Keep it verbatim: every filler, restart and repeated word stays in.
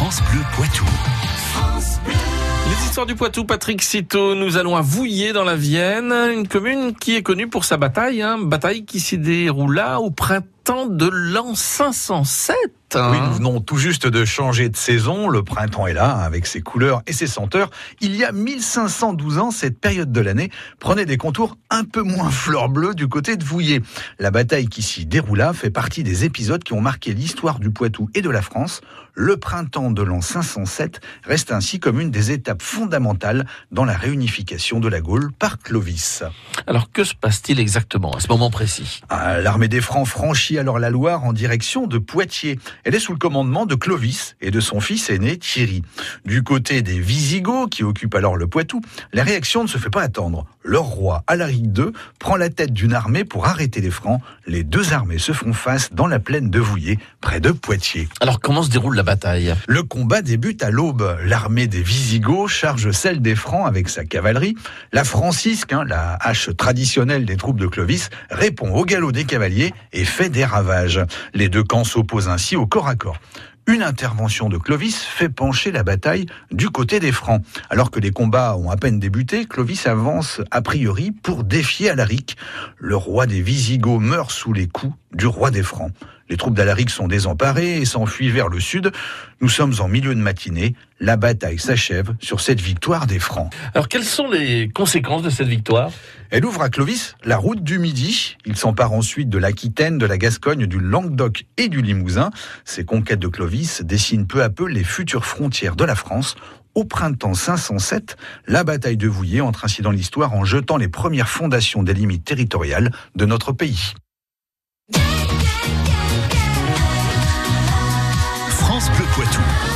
France Bleu Poitou. France Bleu. Les histoires du Poitou, Patrick Citeaux. Nous allons à Vouillers dans la Vienne, une commune qui est connue pour sa bataille, hein, bataille qui s'y déroula au printemps de l'an cinq cent sept. Oui, nous venons tout juste de changer de saison. Le printemps est là, avec ses couleurs et ses senteurs. Il y a mille cinq cent douze ans, cette période de l'année prenait des contours un peu moins fleur bleue du côté de Vouillers. La bataille qui s'y déroula fait partie des épisodes qui ont marqué l'histoire du Poitou et de la France. Le printemps de l'an cinq cent sept reste ainsi comme une des étapes fondamentales dans la réunification de la Gaule par Clovis. Alors que se passe-t-il exactement à ce moment précis ? Ah, l'armée des Francs franchit alors la Loire en direction de Poitiers. Elle est sous le commandement de Clovis et de son fils aîné Thierry. Du côté des Visigoths, qui occupent alors le Poitou, la réaction ne se fait pas attendre. Leur roi, Alaric deux, prend la tête d'une armée pour arrêter les Francs. Les deux armées se font face dans la plaine de Vouillers, près de Poitiers. Alors comment se déroule la bataille ? Le combat débute à l'aube. L'armée des Visigoths charge celle des Francs avec sa cavalerie. La francisque, hein, la hache traditionnelle des troupes de Clovis, répond au galop des cavaliers et fait des ravages. Les deux camps s'opposent ainsi au corps à corps. Une intervention de Clovis fait pencher la bataille du côté des Francs. Alors que les combats ont à peine débuté, Clovis avance a priori pour défier Alaric. Le roi des Visigoths meurt sous les coups du roi des Francs. Les troupes d'Alaric sont désemparées et s'enfuient vers le sud. Nous sommes en milieu de matinée. La bataille s'achève sur cette victoire des Francs. Alors quelles sont les conséquences de cette victoire ? Elle ouvre à Clovis la route du Midi. Il s'empare ensuite de l'Aquitaine, de la Gascogne, du Languedoc et du Limousin. Ces conquêtes de Clovis dessinent peu à peu les futures frontières de la France. Au printemps cinq cent sept, la bataille de Vouillers entre ainsi dans l'histoire en jetant les premières fondations des limites territoriales de notre pays. France Bleu Poitou.